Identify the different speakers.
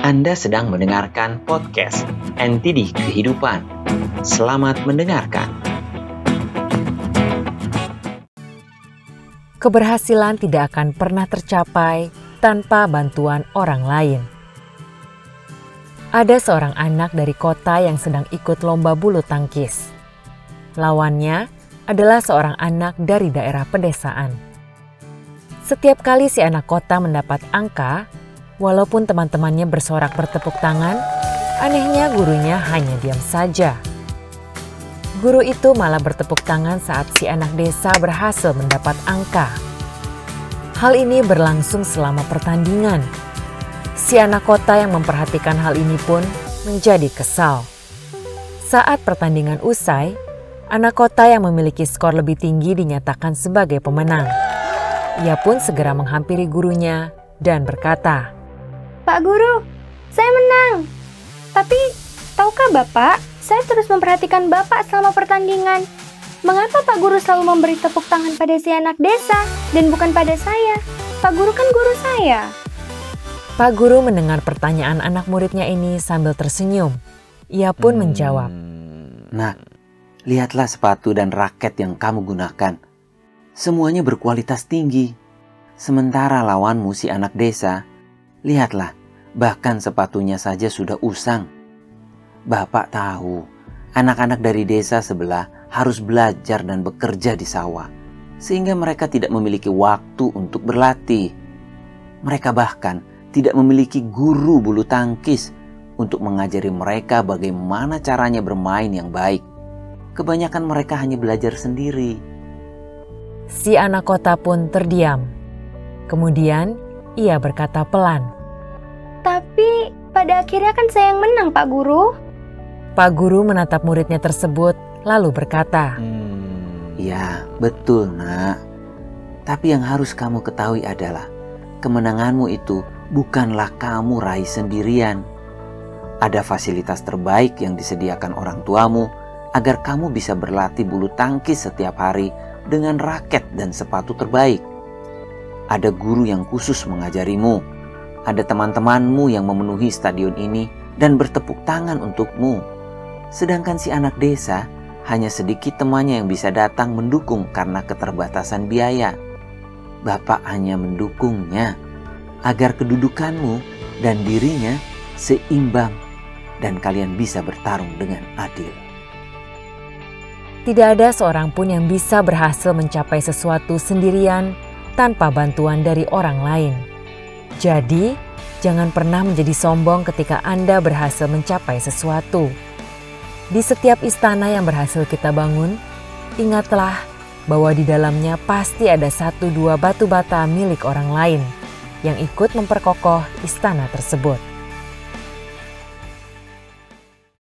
Speaker 1: Anda sedang mendengarkan podcast NTD Kehidupan. Selamat mendengarkan.
Speaker 2: Keberhasilan tidak akan pernah tercapai tanpa bantuan orang lain. Ada seorang anak dari kota yang sedang ikut lomba bulu tangkis. Lawannya adalah seorang anak dari daerah pedesaan. Setiap kali si anak kota mendapat angka, walaupun teman-temannya bersorak bertepuk tangan, anehnya gurunya hanya diam saja. Guru itu malah bertepuk tangan saat si anak desa berhasil mendapat angka. Hal ini berlangsung selama pertandingan. Si anak kota yang memperhatikan hal ini pun menjadi kesal. Saat pertandingan usai, anak kota yang memiliki skor lebih tinggi dinyatakan sebagai pemenang. Ia pun segera menghampiri gurunya dan berkata,
Speaker 3: "Pak Guru, saya menang. Tapi, tahukah Bapak, saya terus memperhatikan Bapak selama pertandingan. Mengapa Pak Guru selalu memberi tepuk tangan pada si anak desa dan bukan pada saya? Pak Guru kan guru saya."
Speaker 2: Pak Guru mendengar pertanyaan anak muridnya ini sambil tersenyum. Ia pun menjawab,
Speaker 4: "Nak, lihatlah sepatu dan raket yang kamu gunakan. Semuanya berkualitas tinggi. Sementara lawanmu si anak desa, lihatlah, bahkan sepatunya saja sudah usang. Bapak tahu, anak-anak dari desa sebelah harus belajar dan bekerja di sawah, sehingga mereka tidak memiliki waktu untuk berlatih. Mereka bahkan tidak memiliki guru bulu tangkis untuk mengajari mereka bagaimana caranya bermain yang baik. Kebanyakan mereka hanya belajar sendiri."
Speaker 2: Si anak kota pun terdiam. Kemudian ia berkata pelan,
Speaker 3: "Tapi pada akhirnya kan saya yang menang, Pak Guru."
Speaker 2: Pak Guru menatap muridnya tersebut lalu berkata,
Speaker 4: "Ya, betul nak. Tapi yang harus kamu ketahui adalah kemenanganmu itu bukanlah kamu raih sendirian. Ada fasilitas terbaik yang disediakan orang tuamu agar kamu bisa berlatih bulu tangkis setiap hari dengan raket dan sepatu terbaik. Ada guru yang khusus mengajarimu. Ada teman-temanmu yang memenuhi stadion ini dan bertepuk tangan untukmu. Sedangkan si anak desa hanya sedikit temannya yang bisa datang mendukung karena keterbatasan biaya. Bapak hanya mendukungnya agar kedudukanmu dan dirinya seimbang dan kalian bisa bertarung dengan adil."
Speaker 2: Tidak ada seorang pun yang bisa berhasil mencapai sesuatu sendirian tanpa bantuan dari orang lain. Jadi, jangan pernah menjadi sombong ketika Anda berhasil mencapai sesuatu. Di setiap istana yang berhasil kita bangun, ingatlah bahwa di dalamnya pasti ada 1-2 batu bata milik orang lain yang ikut memperkokoh istana tersebut.